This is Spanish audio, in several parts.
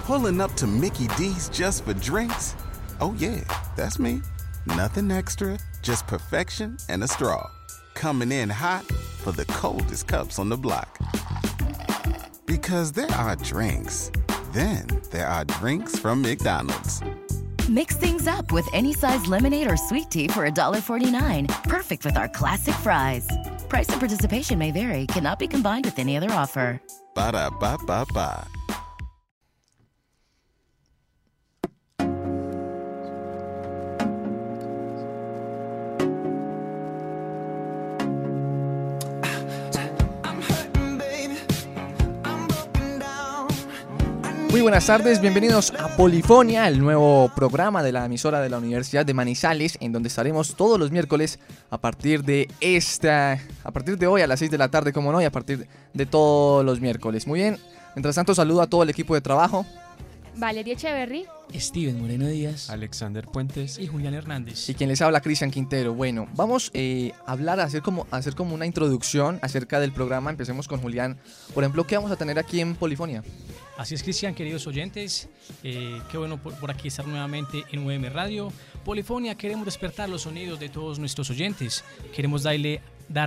Pulling up to Mickey D's just for drinks? Oh yeah, that's me. Nothing extra, just perfection and a straw. Coming in hot for the coldest cups on the block. Because there are drinks. Then there are drinks from McDonald's. Mix things up with any size lemonade or sweet tea for $1.49. Perfect with our classic fries. Price and participation may vary. Cannot be combined with any other offer. Ba-da-ba-ba-ba. Muy buenas tardes, bienvenidos a Polifonia, el nuevo programa de la emisora de la Universidad de Manizales, en donde estaremos todos los miércoles a partir de hoy a las 6 de la tarde, como no, y a partir de todos los miércoles. Muy bien, mientras tanto saludo a todo el equipo de trabajo. Valeria Echeverry, Steven Moreno Díaz, Alexander Puentes y Julián Hernández. Y quien les habla, Cristian Quintero. Bueno, vamos a hablar, hacer como una introducción acerca del programa. Empecemos con Julián. Por ejemplo, ¿qué vamos a tener aquí en Polifonia? Así es, Cristian, queridos oyentes, qué bueno por aquí estar nuevamente en UM Radio. Polifonia, queremos despertar los sonidos de todos nuestros oyentes. Queremos darle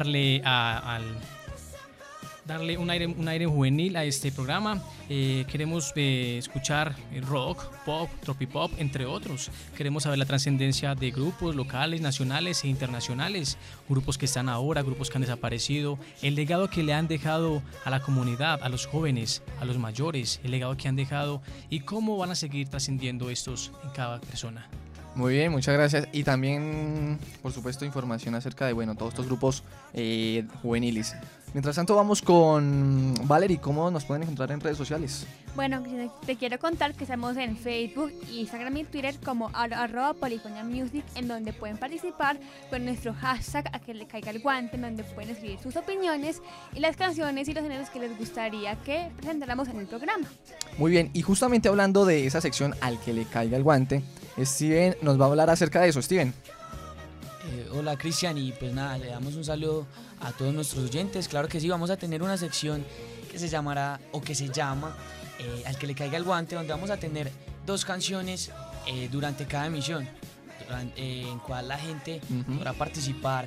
un aire juvenil a este programa. Queremos escuchar rock, pop, tropipop, entre otros. Queremos saber la trascendencia de grupos locales, nacionales e internacionales, grupos que están ahora, grupos que han desaparecido, el legado que le han dejado a la comunidad, a los jóvenes, a los mayores, el legado que han dejado y cómo van a seguir trascendiendo estos en cada persona. Muy bien, muchas gracias. Y también, por supuesto, información acerca de todos estos grupos juveniles. Mientras tanto, vamos con Valerie. ¿Cómo nos pueden encontrar en redes sociales? bueno, te quiero contar que estamos en Facebook, Instagram y Twitter como @PolifoniaMusic, en donde pueden participar con nuestro hashtag a que le caiga el guante, en donde pueden escribir sus opiniones y las canciones y los géneros que les gustaría que presentáramos en el programa. Muy bien, y justamente hablando de esa sección al que le caiga el guante, Steven nos va a hablar acerca de eso. Steven. Hola Cristian, y pues nada, le damos un saludo a todos nuestros oyentes. Claro que sí, vamos a tener una sección que se llama Al que le caiga el guante, donde vamos a tener 2 canciones durante cada emisión, en cual la gente podrá participar,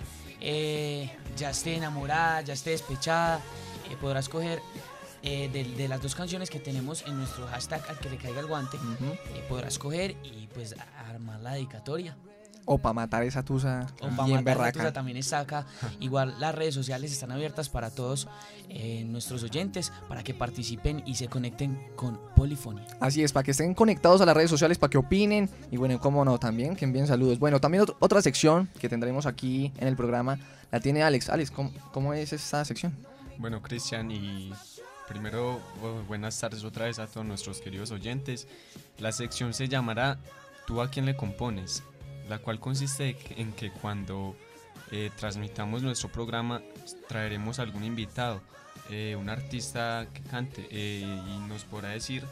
ya esté enamorada, ya esté despechada, podrá escoger de las 2 canciones que tenemos en nuestro hashtag al que le caiga el guante, podrá escoger y pues armar la dedicatoria. O para matar esa tusa bien berraca. Esa tusa también está acá. Igual las redes sociales están abiertas para todos nuestros oyentes, para que participen y se conecten con Polifonia. Así es, para que estén conectados a las redes sociales, para que opinen y bueno, cómo no, también que envíen saludos. Bueno, también otra sección que tendremos aquí en el programa la tiene Alex. Alex, ¿cómo es esta sección? Bueno, Cristian, y primero buenas tardes otra vez a todos nuestros queridos oyentes. La sección se llamará ¿Tú a quién le compones?, la cual consiste en que cuando transmitamos nuestro programa traeremos algún invitado, un artista que cante, y nos podrá decir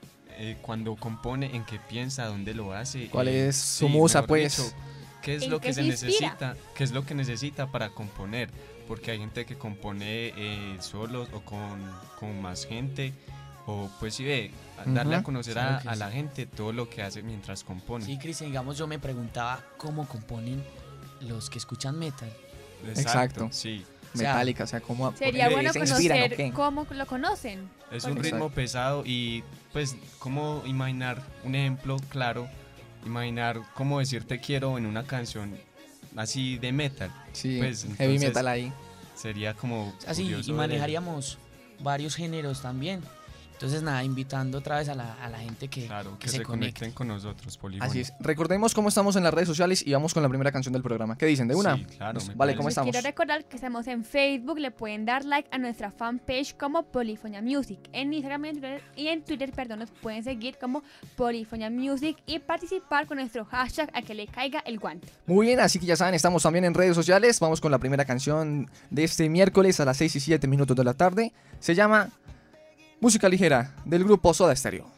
cuando compone, en qué piensa, dónde lo hace, cuál es su musa, pues dicho, qué es lo que se necesita, qué es lo que necesita para componer, porque hay gente que compone solos o con más gente. O pues sí, darle a conocer a la gente todo lo que hace mientras compone. Sí, Cristian, digamos, yo me preguntaba cómo componen los que escuchan metal. Exacto. Sí. Metallica, o sea, cómo sería bueno conocer cómo lo conocen. Es un ritmo pesado y pues cómo imaginar un ejemplo claro, imaginar cómo decir te quiero en una canción así de metal. Sí, pues, heavy metal ahí. Sería como así, y manejaríamos varios géneros también. Entonces nada, invitando otra vez a la gente que se conecten con nosotros, Polifonia. Así es. Recordemos cómo estamos en las redes sociales y vamos con la primera canción del programa. ¿Qué dicen? ¿De una? Sí, claro. Vale, ¿cómo estamos? Quiero recordar que estamos en Facebook, le pueden dar like a nuestra fanpage como Polifonia Music. En Instagram y en Twitter, nos pueden seguir como Polifonia Music y participar con nuestro hashtag a que le caiga el guante. Muy bien, así que ya saben, estamos también en redes sociales. Vamos con la primera canción de este miércoles a las 6:07 de la tarde. Se llama Música ligera, del grupo Soda Stereo.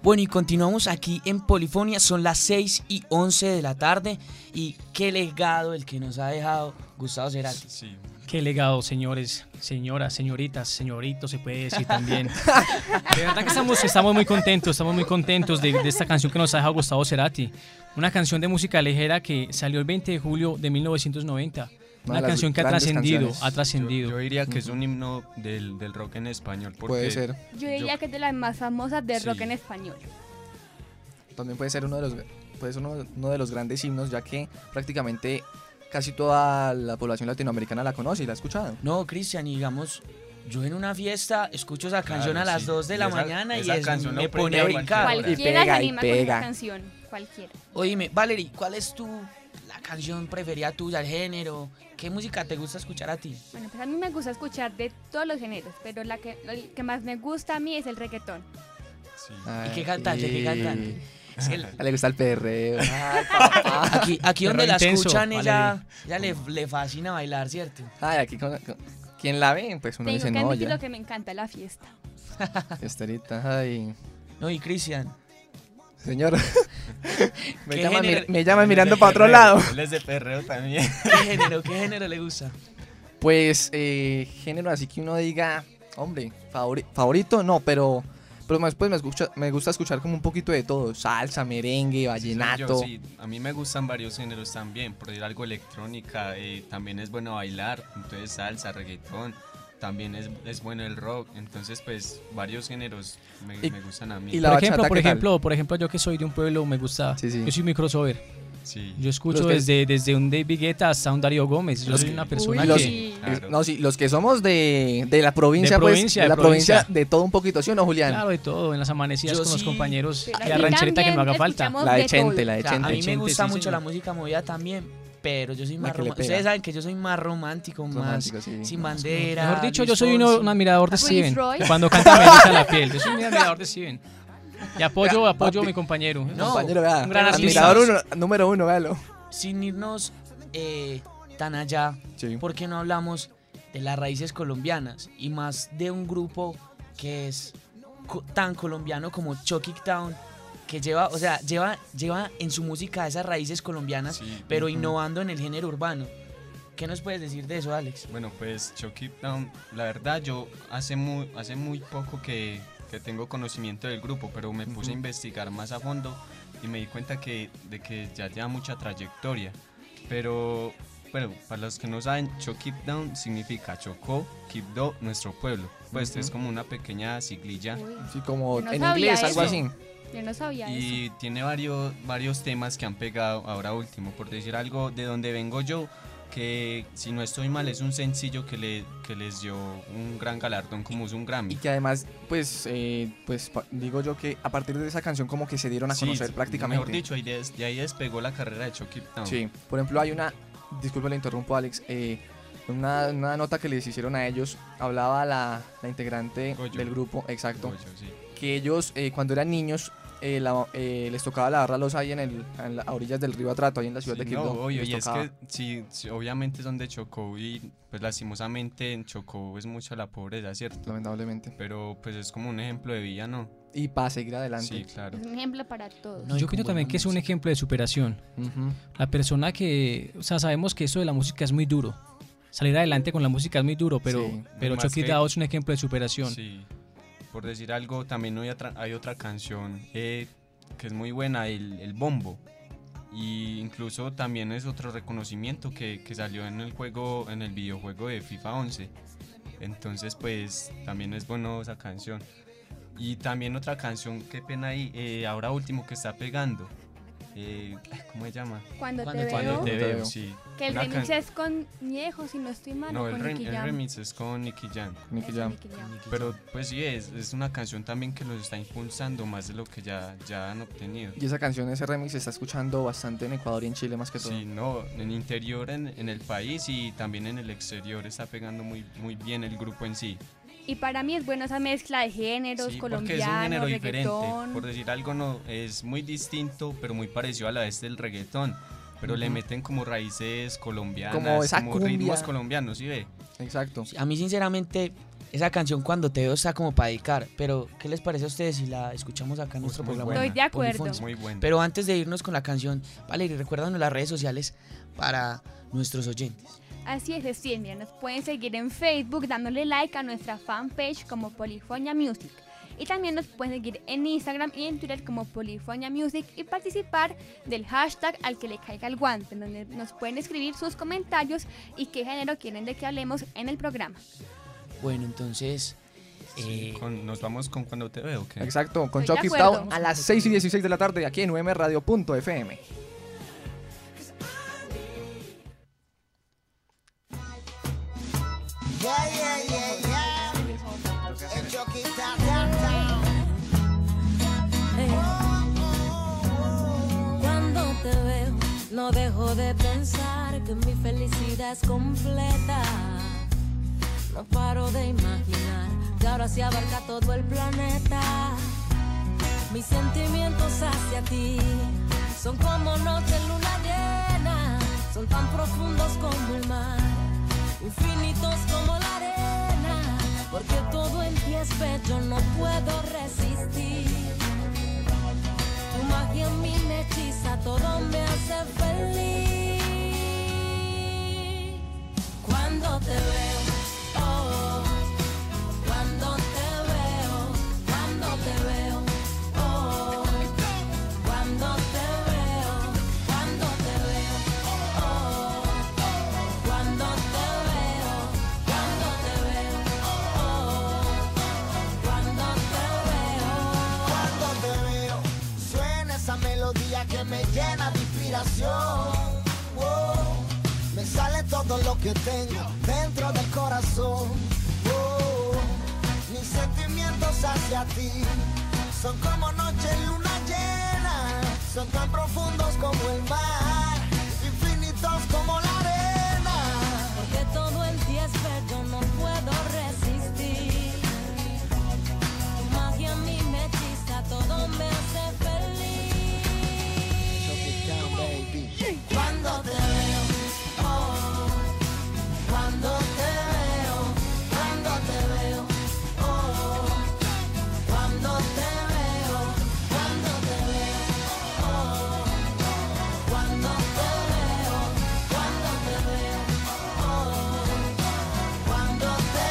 Bueno, y continuamos aquí en Polifonia, son las 6:11 de la tarde y qué legado el que nos ha dejado Gustavo Cerati. Sí. Qué legado, señores, señoras, señoritas, señoritos, se puede decir también. De verdad que estamos muy contentos de esta canción que nos ha dejado Gustavo Cerati. Una canción de música ligera que salió el 20 de julio de 1990. Una canción que ha trascendido. Yo diría que es un himno del rock en español. Porque Puede ser. Yo diría que es de las más famosas de rock en español. También puede ser uno de los grandes himnos, ya que prácticamente casi toda la población latinoamericana la conoce y la ha escuchado. No, Cristian, digamos, yo en una fiesta escucho esa canción a las 2 de la mañana y me pone a brincar. Cualquiera se anima con esa canción, cualquiera. Oíme, Valerie, ¿cuál es la canción preferida tuya, el género? ¿Qué música te gusta escuchar a ti? Bueno, pues a mí me gusta escuchar de todos los géneros, pero el que más me gusta a mí es el reggaetón. Sí. ¿Y qué cantante? ¿Qué cantante? Es que le gusta el perreo. aquí donde la intenso, escuchan, ella le fascina bailar, ¿cierto? Ay, aquí quien la ve, pues uno Tengo dice que no, admitir ya. lo que me encanta la fiesta. Fiesterita, ay. No, y Cristian, Señor, ¿Qué me llama mirando para otro lado. Él es de perreo también. ¿qué género le gusta? Pues género así que uno diga, hombre, favorito no, pero después me gusta escuchar como un poquito de todo, salsa, merengue, vallenato. Sí, a mí me gustan varios géneros también, por decir algo electrónica, también es bueno bailar, entonces salsa, reggaetón, también es bueno el rock, entonces pues varios géneros me gustan a mí. Y la bachata, ¿qué tal? Por ejemplo, yo que soy de un pueblo me gusta, Sí. yo soy muy crossover. Sí. Yo escucho Los que- desde un David Guetta hasta un Darío Gómez. Yo soy una persona Uy, los- que... Claro. No, sí, los que somos de la provincia, De provincia, pues, de de la provincia, provincia. de todo un poquito, ¿sí o no, Julián? Claro, de todo, en las amanecidas Yo con los sí, compañeros pero y la aquí rancherita que no también haga falta. escuchamos La de de Chente, todo. la de O sea, Chente. a mí me Chente, gusta sí, mucho señor. la música movida también, pero yo soy La más que le romántico. pega. Ustedes saben que yo soy más romántico, Romántico, más sí. sin bandera. Mejor dicho, Luis yo soy Fonsi. un admirador de Prince Steven. Royce. Cuando canta me gusta la piel. Yo soy un admirador de Steven. Y apoyo a mi compañero. No, Compañero, vea, un gran admirador número uno, véalo. Sin irnos tan allá, Sí. ¿por qué no hablamos de las raíces colombianas? Y más de un grupo que es tan colombiano como Chucky Town, que lleva en su música esas raíces colombianas, Sí. pero innovando en el género urbano. ¿Qué nos puedes decir de eso, Alex? Bueno, pues Chucky Down, la verdad yo hace muy poco que tengo conocimiento del grupo, pero me puse a investigar más a fondo y me di cuenta de que ya lleva mucha trayectoria. Pero bueno, para los que no saben, Chucky Down significa Chocó, Quibdó, nuestro pueblo. Pues es como una pequeña siglilla. Uy, Sí, como No en sabía inglés, algo eso. así. yo no sabía eso. Y tiene varios temas que han pegado ahora último. Por decir algo, de donde vengo yo, que si no estoy mal es un sencillo que les dio un gran galardón como es un Y Grammy. que además, digo yo que a partir de esa canción como que se dieron a Sí, conocer prácticamente. Mejor dicho, de ahí despegó la carrera de Chucky Town. Sí, por ejemplo hay disculpe le interrumpo Alex, una nota que les hicieron a ellos, hablaba la integrante Goyo. del grupo, exacto, Goyo, sí. que ellos cuando eran niños les tocaba lavar la loza ahí a orillas del río Atrato, ahí en la ciudad Sí, de Quibdó. no, obvio, les y es tocaba. que sí, obviamente son de Chocó y pues lastimosamente en Chocó es mucha la pobreza, ¿cierto? Lamentablemente. Pero pues es como un ejemplo de vida, ¿no? Y para seguir adelante. Sí, claro. Es un ejemplo para todos. No, y Yo con creo también buena que es un música. ejemplo de superación. Ujú. La persona que, o sea, sabemos que eso de la música es muy duro. Salir adelante con la música es muy duro, pero Sí, pero más Chucky que- Down es un ejemplo de superación. Sí. Por decir algo, también hay otra canción que es muy buena, el Bombo. Y incluso también es otro reconocimiento que salió en el videojuego de FIFA 11. Entonces, pues, también es bueno esa canción. Y también otra canción, qué pena ahí, ahora último que está pegando. ¿Cómo se llama? Cuando Cuando te te veo, Te Te veo, veo. sí. que el Una remix can- es con Ñejo, si no estoy mal, No, o el con Nicky Jam. remix es con Nicky Jam. Nicky Eso, Jam. Nicky Jam. Pero pues sí, es una canción también que los está impulsando más de lo que ya han obtenido. Y esa canción, ese remix se está escuchando bastante en Ecuador y en Chile más que todo. Sí, no, en interior, en el país y también en el exterior está pegando muy bien el grupo en sí. Y para mí es buena esa mezcla de géneros, Sí, porque es un género colombiano, diferente. reggaetón. Por decir algo, no, es muy distinto, pero muy parecido a la vez del reggaetón. Pero le meten como raíces colombianas, Como esa cumbia. ritmos colombianos, ¿sí ve? Exacto. A mí sinceramente esa canción Cuando te veo está como para dedicar, pero ¿qué les parece a ustedes si la escuchamos acá en nuestro muy programa? buena. Estoy de acuerdo. Polifónico? Muy bueno. Pero antes de irnos con la canción, Valeria, recuérdanos las redes sociales para nuestros oyentes. Así es, sí, mira, nos pueden seguir en Facebook dándole like a nuestra fanpage como Polifonia Music. Y también nos pueden seguir en Instagram y en Twitter como Polifonia Music y participar del hashtag al que le caiga el guante, en donde nos pueden escribir sus comentarios y qué género quieren de que hablemos en el programa. Bueno, entonces... Nos vamos con Cuando te veo, ¿qué? Exacto, con Estoy de Chucky acuerdo. Town a las 6:16 de la tarde aquí en umradio.fm. Cuando te veo, no dejo de pensar que mi felicidad es completa. No paro de imaginar que ahora se abarca todo el planeta. Mis sentimientos hacia ti son como noche en luna llena, son tan profundos como el mar, infinitos como la arena, porque todo en ti es bello, no puedo resistir. Tu magia en mí me hechiza, todo me hace feliz. Cuando te veo, oh, cuando te veo, cuando te veo, oh, cuando te veo, cuando te veo, oh, cuando te veo, cuando te veo, oh, cuando te veo, suena esa melodía que me llena de inspiración. Oh, me sale todo lo que tengo dentro del corazón. Oh, mis sentimientos hacia ti son como noche en luna llena, son tan profundos como el mar, infinitos como la arena, porque todo en ti es bello, no puedo resistir. Tu magia en mí me hechiza, todo me hace feliz. Cuando te veo, oh, cuando te veo, cuando te veo, oh, cuando te veo, cuando te veo, oh, cuando te veo, cuando te veo, oh, cuando te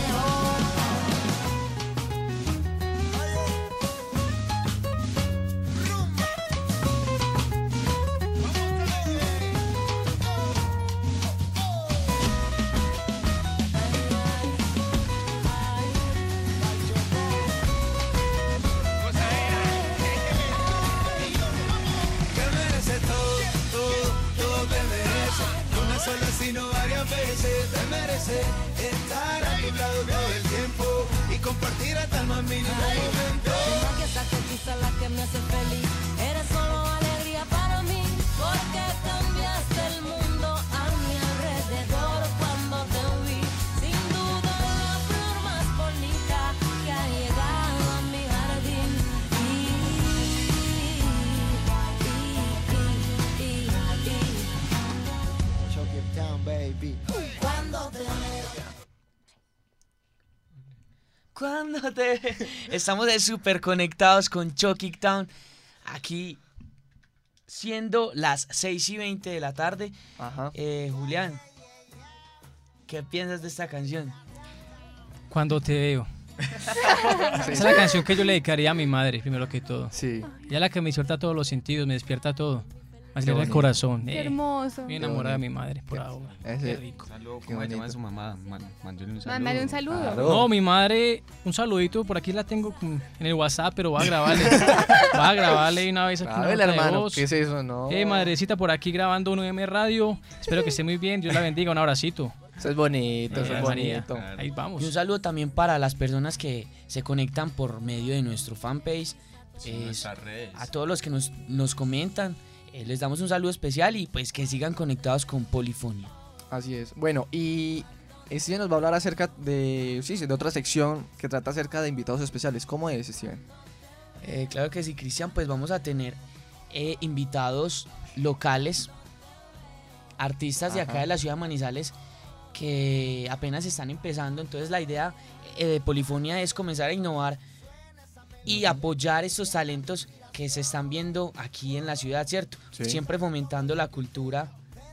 Te mereces todo, todo te mereces. No una sola sino varias veces. Te mereces estar a tu lado todo el tiempo y compartir hasta el más mínimo momento. Tu magia es la que hechiza, la que me hace feliz. Eres solo alegría para mí, porque cambiaste el mundo a mi alrededor cuando te vi. Sin duda la flor más bonita que ha llegado a mi jardín. Cuando te veo. Cuando te... Estamos súper conectados con Chucky Town, aquí siendo las 6:20 de la tarde. Ajá. Julián, ¿qué piensas de esta canción? Cuando te veo. Sí. Esa es la canción que yo le dedicaría a mi madre, primero que todo. Sí. Ella es la que me despierta todos los sentidos, me despierta todo. Me Qué acelera el bonito. corazón. Qué hermoso. Estoy enamorada de mi madre por Qué- ahora. ese- Qué rico. Saludo, Qué ¿cómo se llama bonito. su mamá? Mándale un saludo. Mándale un saludo. Claro. No, mi madre, un saludito, por aquí la tengo en el WhatsApp, pero va a grabarle. Va a grabarle una vez aquí una A ver, nota de hermano, voz. ¿qué es eso? No. Madrecita, por aquí grabando un UM Radio. Espero que esté muy bien. Dios la bendiga. Un abracito. Eso es bonito, eso es María. bonito. Ahí vamos. Y un saludo también para las personas que se conectan por medio de nuestro fanpage. Sí, Es- nuestras redes. a todos los que nos comentan, les damos un saludo especial y pues que sigan conectados con Polifonia. Así es. Bueno, y Steven nos va a hablar acerca de, sí, de otra sección que trata acerca de invitados especiales. ¿Cómo es, Steven? Claro que sí, Cristian, pues vamos a tener invitados locales, artistas de acá Ajá. de la ciudad de Manizales que apenas están empezando. Entonces la idea Polifonia es comenzar a innovar y apoyar estos talentos que se están viendo aquí en la ciudad, ¿cierto? Sí. Siempre fomentando la cultura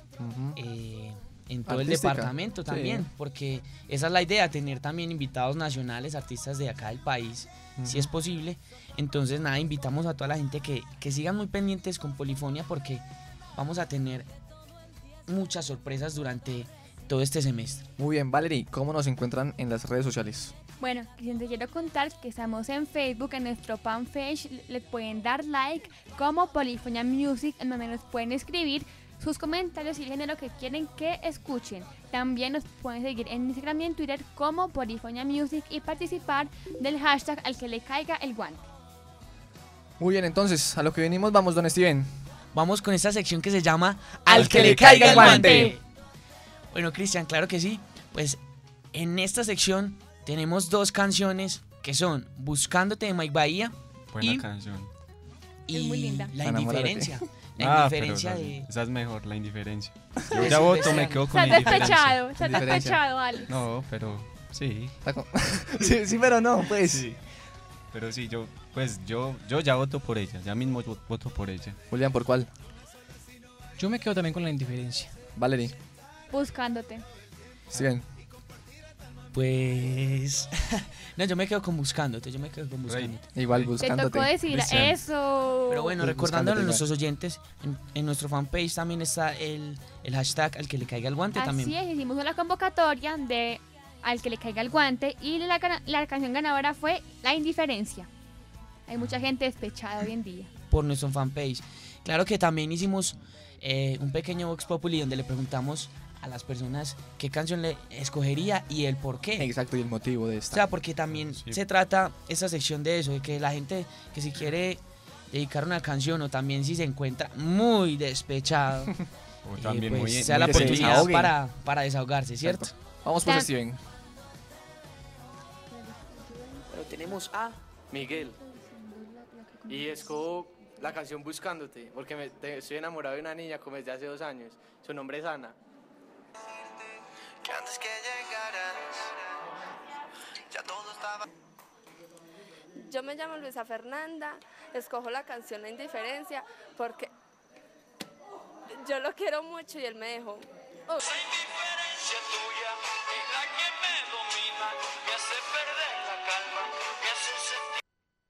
en todo el Artística. departamento también, Sí. porque esa es la idea, tener también invitados nacionales, artistas de acá del país, si es posible. Entonces, nada, invitamos a toda la gente que sigan muy pendientes con Polifonia porque vamos a tener muchas sorpresas durante todo este semestre. Muy bien, Valerie, ¿cómo nos encuentran en las redes sociales? Bueno, te quiero contar que estamos en Facebook, en nuestro fanpage, le pueden dar like como Polifonia Music, en donde nos pueden escribir sus comentarios y el género que quieren que escuchen. También nos pueden seguir en Instagram y en Twitter como Polifonia Music y participar del hashtag al que le caiga el guante. Muy bien, entonces, a lo que venimos, vamos, don Steven. Vamos con esta sección que se llama Al que le caiga el guante. Bueno, Cristian, claro que sí. Pues en esta sección tenemos 2 canciones que son Buscándote de Mike Bahía Buena canción. y Es muy linda. La Enamórate. Indiferencia. La pero Indiferencia esa, de... esa es mejor, la indiferencia. Es Yo ya un voto, me bestial. quedo con Estás la indiferencia. despechado, estás Indiferencia. despechado, Alex. No, pero sí. Sí, sí, pero no, pues. Sí. Pero sí, yo ya voto por ella, ya mismo yo voto por ella. Julián, ¿por cuál? Yo me quedo también con la indiferencia. Valerie. Buscándote. Steven. Pues... no, yo me quedo con Buscándote, Igual Te buscándote. tocó decir Cristian. eso. Pero bueno, Pues recordándole a Buscándote nuestros oyentes, en nuestro fanpage también está el hashtag al que le caiga el guante Así también. es, hicimos una convocatoria de al que le caiga el guante y la canción ganadora fue La Indiferencia. Hay mucha gente despechada hoy en día. Por nuestro fanpage. Claro que también hicimos un pequeño Vox Populi donde le preguntamos a las personas qué canción le escogería y el por qué. Exacto, y el motivo de O esta. sea, porque también Sí. se trata esta sección de eso, de que la gente que si quiere dedicar una canción o también si se encuentra muy despechado, O también pues, muy sea la que se oportunidad desahoguen. para desahogarse, ¿cierto? Exacto. Vamos por Tan- Steven. Bueno, tenemos a Miguel. Y escojo la canción Buscándote, porque estoy enamorado de una niña como desde hace 2 años. Su nombre es Ana. Que antes que llegaras, ya todo estaba. Yo me llamo Luisa Fernanda, escojo la canción La Indiferencia porque yo lo quiero mucho y él me dejó. Oh. Esa indiferencia tuya es la que me domina, me hace perder la calma, me hace sentir.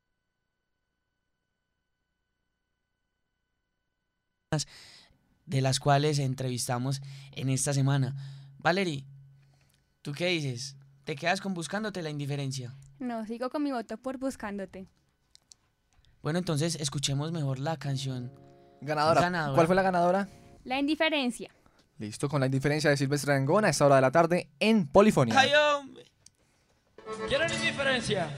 De las cuales entrevistamos en esta semana. Valerie, ¿tú qué dices? ¿Te quedas con Buscándote la Indiferencia? No, sigo con mi voto por Buscándote. Bueno, entonces escuchemos mejor la canción. Ganadora. Ganadora. ¿Cuál fue la ganadora? La Indiferencia. Listo, con La Indiferencia de Silvestre Dangond a esta hora de la tarde en Polifonia. ¡Ay, hombre! ¿Quieren la indiferencia?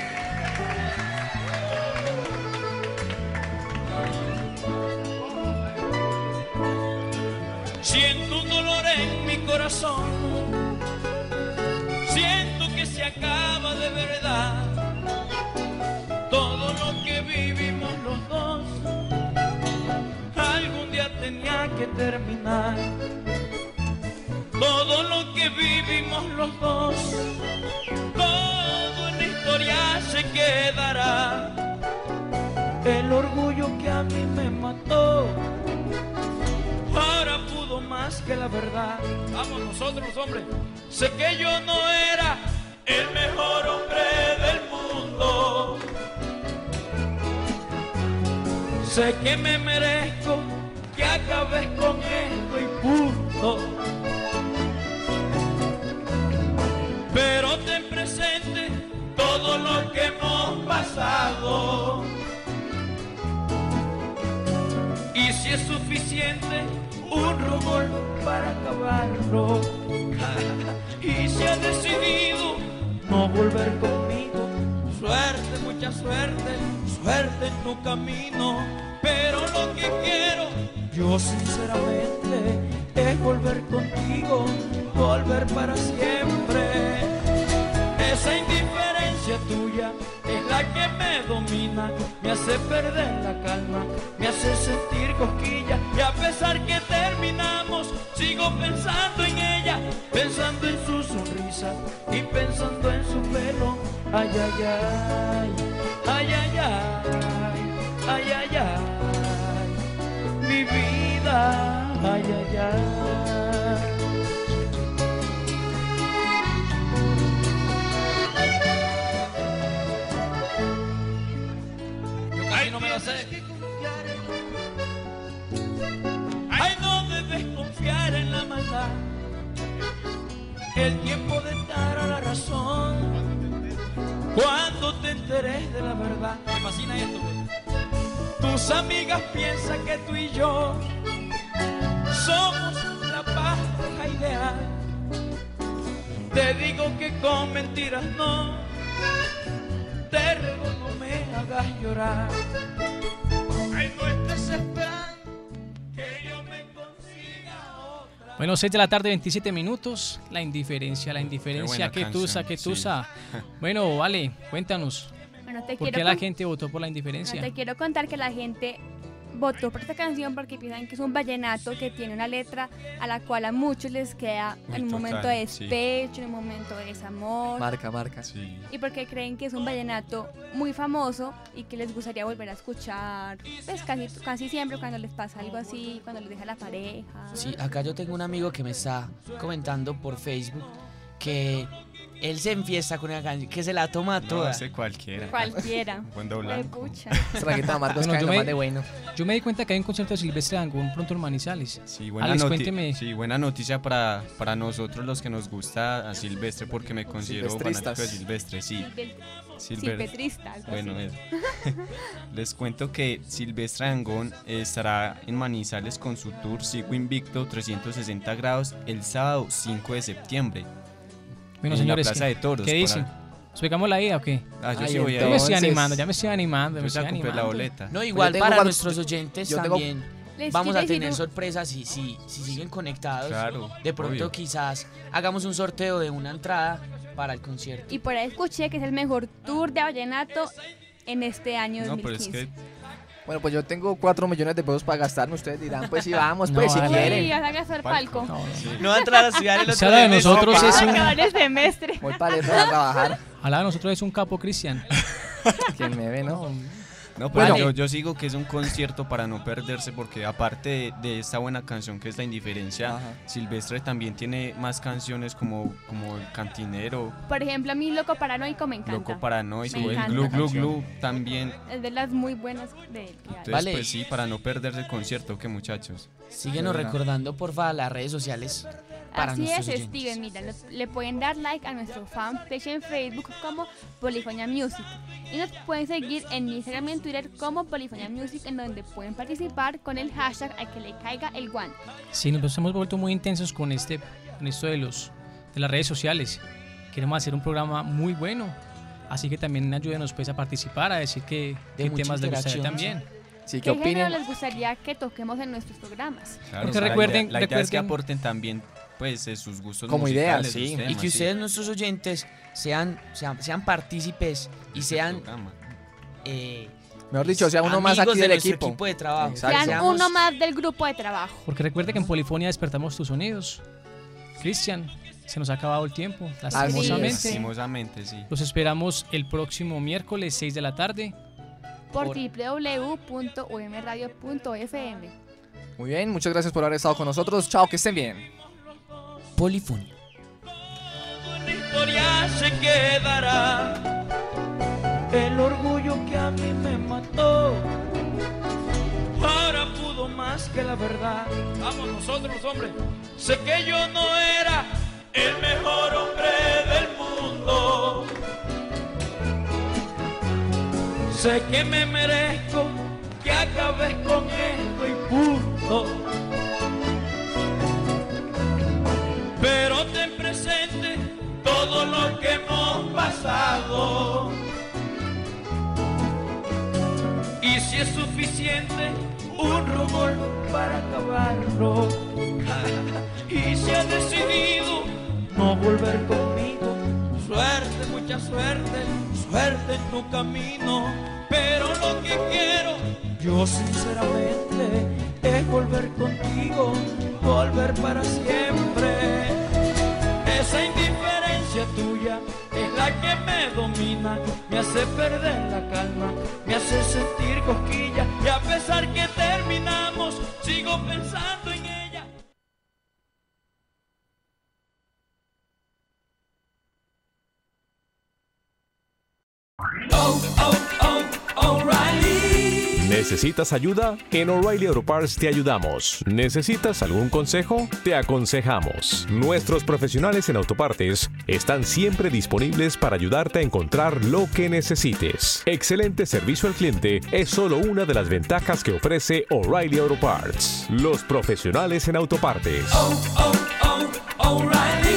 Siento un dolor en mi corazón, siento que se acaba de verdad todo lo que vivimos los dos, algún día tenía que terminar. Todo lo que vivimos los dos, todo en la historia se quedará. El orgullo que a mí me mató ahora pudo más que la verdad. Vamos nosotros, hombres. Sé que yo no era el mejor hombre del mundo. Sé que me merezco que acabes con esto y punto. Pero ten presente todo lo que hemos pasado. Y si es suficiente un rumor para acabarlo. Y si has decidido no volver conmigo, suerte, mucha suerte, suerte en tu camino. Pero lo que quiero yo sinceramente es volver contigo, volver para siempre. Esa indiferencia tuya es la que me domina, me hace perder la calma, me hace sentir cosquillas. Y a pesar que terminamos, sigo pensando en ella, pensando en su sonrisa y pensando en su pelo. ay, ay, ay, ay, ay, ay, ay, mi vida, ay, ay, ay. Yo casi no me la sé. Ay, no debes confiar en la maldad. El tiempo de dar a la razón. Cuando te enteres de la verdad. Me fascina esto. Tus amigas piensan que tú y yo somos la pareja ideal. Te digo que con mentiras no. Te ruego no me hagas llorar. Ay, no estés esperando que yo me consiga otra. Bueno, 6 de la tarde, 27 minutos. La indiferencia, que tusa. Bueno, vale, cuéntanos. Bueno, ¿Por qué la gente votó por la indiferencia? Te quiero contar que la gente votó por esta canción porque piensan que es un vallenato que tiene una letra a la cual a muchos les queda en un momento de despecho, en un momento de desamor. Marca. Sí. Y porque creen que es un vallenato muy famoso y que les gustaría volver a escuchar, pues casi siempre cuando les pasa algo así, cuando les deja la pareja. Sí, acá yo tengo un amigo que me está comentando por Facebook que él se enfiesta con una canción que se la toma toda. No, hace cualquiera. Cuando blanco. Yo me di cuenta que hay un concierto de Silvestre Dangond pronto en Manizales. Sí, cuénteme. Sí, buena noticia para nosotros los que nos gusta a Silvestre, porque me considero fanático de Silvestre, sí. Silvestrista. Bueno, eso. Les cuento que Silvestre Dangond estará en Manizales con su tour Sigo Invicto 360 grados el sábado 5 de septiembre. Bueno, en señores, la Plaza de Toros. ¿Qué dicen? ¿Explicamos la ida o qué? Yo sí voy a ir. Ya me estoy animando. Yo ya compré la boleta. No, igual para nuestros oyentes también vamos a tener sorpresas si siguen conectados. Claro, de pronto obvio. Quizás hagamos un sorteo de una entrada para el concierto. Y por ahí escuché que es el mejor tour de vallenato en este año 2015. Pero es que... Bueno, pues yo tengo 4 millones de pesos para gastarme. Ustedes dirán, pues si vamos, pues si quieren. Sí, vas a gastar palco. No va a entrar a estudiar el otro de nosotros es un... el semestre. Voy para eso a trabajar. Al lado de nosotros es un capo Cristian. Quien me ve, ¿no? No, pero yo sigo que es un concierto para no perderse, porque aparte de esta buena canción que es La Indiferencia, Silvestre también tiene más canciones como El Cantinero. Por ejemplo, a mí Loco Paranoico me encanta. Loco Paranoico, Me el encanta. Glu Glu Glu también. Es de las muy buenas de él. Entonces, pues sí, para no perderse el concierto, ¿qué muchachos? Síguenos recordando, porfa, las redes sociales. Para Así es, oyentes. Steven, mira, le pueden dar like a nuestro fanpage en Facebook como Polifonia Music y nos pueden seguir en Instagram y en Twitter como Polifonia Music, en donde pueden participar con el hashtag a que le caiga el guante. Sí, nos hemos vuelto muy intensos con esto de las redes sociales. Queremos hacer un programa muy bueno, así que también ayúdenos pues a participar, a decir qué temas les gustaría también. Sí, ¿Qué género les gustaría que toquemos en nuestros programas? Claro, Porque recuerden la idea es que aporten también pues sus gustos como musicales, ideas, sí. temas, Y que ustedes, nuestros oyentes, sean partícipes y sean mejor dicho, sea uno más aquí del equipo de trabajo. Sean uno más del grupo de trabajo. Porque recuerde que en Polifonia despertamos tus sonidos. Cristian, se nos ha acabado el tiempo, lastimosamente. Sí. Los esperamos el próximo miércoles 6 de la tarde por www.umradio.fm. Muy bien, muchas gracias por haber estado con nosotros. Chao, que estén bien. Polifonia. Una historia se quedará, el orgullo que a mí me mató, ahora pudo más que la verdad. Vamos nosotros, hombres. Sé que yo no era el mejor hombre del mundo, sé que me merezco que acabes con esto y punto. Pero ten presente todo lo que hemos pasado, y si es suficiente un rumor para acabarlo, y si has decidido no volver conmigo, suerte, mucha suerte, suerte en tu camino. Pero lo que quiero yo sinceramente es volver contigo, volver para siempre. Esa indiferencia tuya es la que me domina, me perder la calma, me hace sentir cosquillas y a pesar que terminamos, sigo pensando en ella. O'Reilly. ¿Necesitas ayuda? En O'Reilly Auto Parts te ayudamos. ¿Necesitas algún consejo? Te aconsejamos. Nuestros profesionales en autopartes están siempre disponibles para ayudarte a encontrar lo que necesites. Excelente servicio al cliente es solo una de las ventajas que ofrece O'Reilly Auto Parts. Los profesionales en autopartes. O'Reilly.